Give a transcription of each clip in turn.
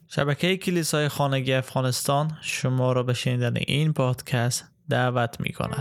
شبکه کلیسای خانگی افغانستان شما را به شنیدن این پادکست دعوت می کند.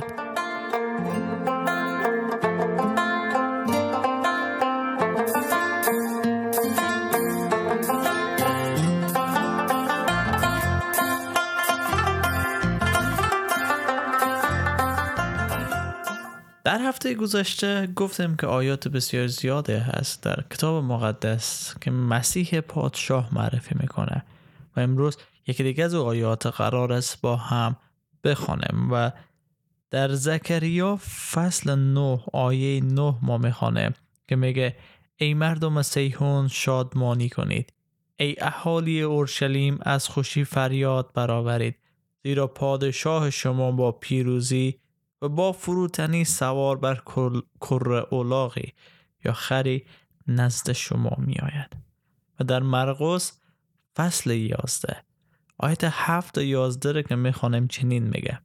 در هفته گذشته گفتم که آیات بسیار زیاده هست در کتاب مقدس که مسیح پادشاه معرفی میکنه و امروز یکی دیگه از آیات قرار است با هم بخوانیم و در زکریا فصل 9 آیه 9 ما میخوانیم که میگه ای مردم صیهون شادمانی کنید، ای اهالی اورشلیم از خوشی فریاد برآورید، زیرا پادشاه شما با پیروزی و با فروتنی سوار بر کره الاغی یا خری نزد شما می آید. و در مرقس فصل 11 آیت 7 و 11 که می خوانیم چنین میگه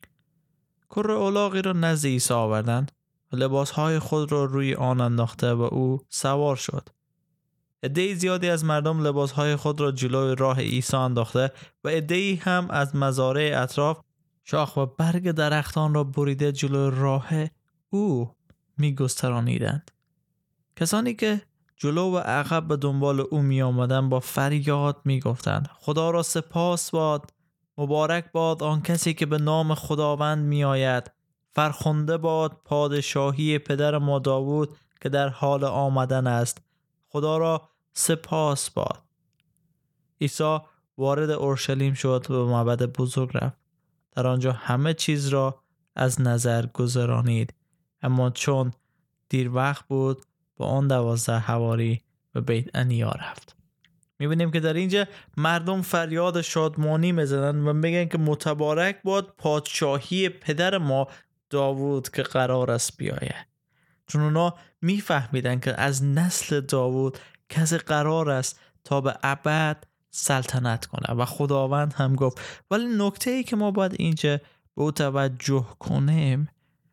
کره الاغی را نزد عیسی آوردند و لباسهای خود را روی آن انداخته و او سوار شد. عده زیادی از مردم لباسهای خود را جلوی راه عیسی انداخته و عده‌ای هم از مزارع اطراف شاخ و برگ درختان را بریده جلوی راه او می گسترانیدند. کسانی که جلو و عقب به دنبال او می آمدند با فریاد می گفتند خدا را سپاس باد، مبارک باد آن کسی که به نام خداوند می آید، فرخنده باد پادشاهی پدر ما داوود که در حال آمدن است، خدا را سپاس باد. عیسی وارد اورشلیم شد و به معبد بزرگ رفت. در آنجا همه چیز را از نظر گذرانید، اما چون دیر وقت بود با آن 12 حواری به بیت عنیا رفت. می‌بینیم که در اینجا مردم فریاد شادمانی می‌زنند و میگن که متبارک باد پادشاهی پدر ما داوود که قرار است بیاید. چون اونا میفهمیدن که از نسل داوود کسی قرار است تا به ابد سلطنت کنه و خداوند هم گفت. ولی نکته ای که ما باید اینجا به او توجه کنیم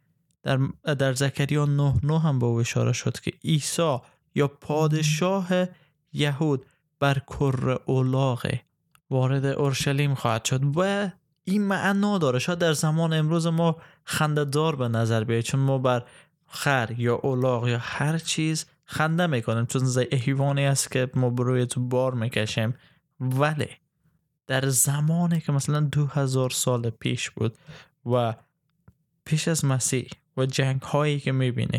در زکریا 9:9 هم به او اشاره شد که عیسی یا پادشاه یهود بر کره الاغ وارد اورشلیم خواهد شد و این معنا داره. شاید در زمان امروز ما خنده‌دار به نظر بیاد چون ما بر خر یا الاغ یا هر چیز خنده میکنیم چون حیوانی است که ما بروی تو بار میکشیم، ولی در زمانی که مثلا 2000 سال پیش بود و پیش از مسیح و جنگ هایی که میبینیم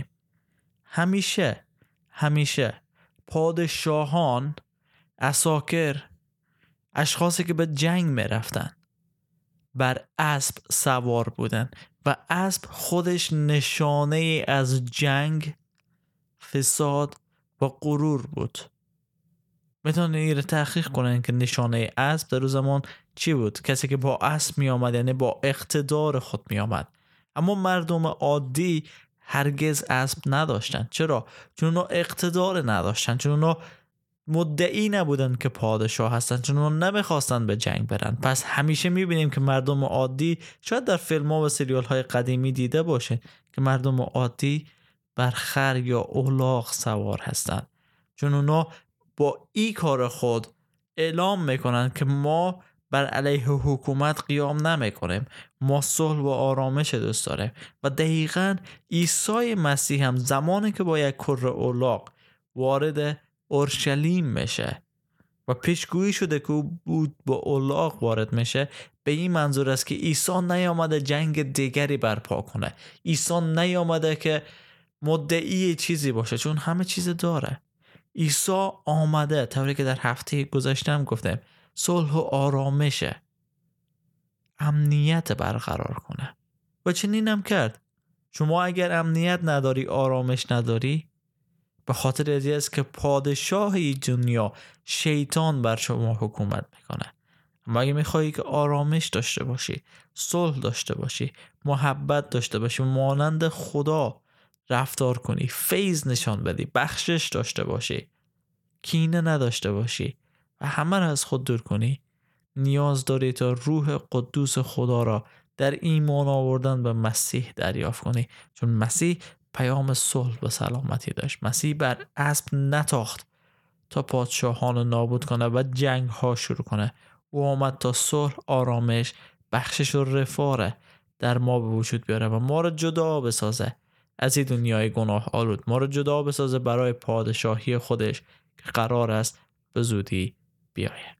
همیشه پادشاهان، عساکر، اشخاصی که به جنگ میرفتن بر اسب سوار بودن و اسب خودش نشانه از جنگ، فساد و غرور بود. میتونن این رو تحقیق کنن که نشانه اسب در اون زمان چی بود. کسی که با اسب می آمد یعنی با اقتدار خود می آمد. اما مردم عادی هرگز اسب نداشتن. چرا؟ چون اونا اقتدار نداشتن، چون اونا مدعی نبودن که پادشاه هستن، چون اونا نمیخواستن به جنگ برن. پس همیشه میبینیم که مردم عادی، شاید در فیلم ها و سریال های قدیمی دیده باشه که مردم عادی بر خر یا الاغ سوار هستن، چون اونا با این کار خود اعلام میکنن که ما بر علیه حکومت قیام نمیکنیم، ما صلح و آرامش دوست داریم. و دقیقاً عیسی مسیح هم زمانی که با یک کره الاغ وارد اورشلیم میشه و پیشگویی شده که او بود با الاغ وارد میشه، به این منظور است که عیسی نیامده جنگ دیگری برپا کنه. عیسی نیامده که مدعی چیزی باشه، چون همه چیز داره. عیسی آمده طوری که در هفته گذشته هم گفتم صلح و آرامش، امنیت برقرار کنه و چنین هم کرد. شما اگر امنیت نداری، آرامش نداری، به خاطر ازی است که پادشاه دنیا شیطان بر شما حکومت میکنه. اما اگه میخوایی که آرامش داشته باشی، صلح داشته باشی، محبت داشته باشی، مانند خدا رفتار کنی، فیض نشان بدی، بخشش داشته باشی، کینه نداشته باشی و همه را از خود دور کنی، نیاز داری تا روح قدوس خدا را در ایمان آوردن به مسیح دریافت کنی. چون مسیح پیام صلح و سلامتی داشت. مسیح بر اسب نتاخت تا پادشاهان رو نابود کنه و جنگ ها شروع کنه. او آمد تا صلح، آرامش، بخشش و رفاه در ما به وجود بیاره و ما رو جدا بسازه از این دنیای گناه آلود. ما رو جدا بسازه برای پادشاهی خودش که قرار است به زودی بیاید.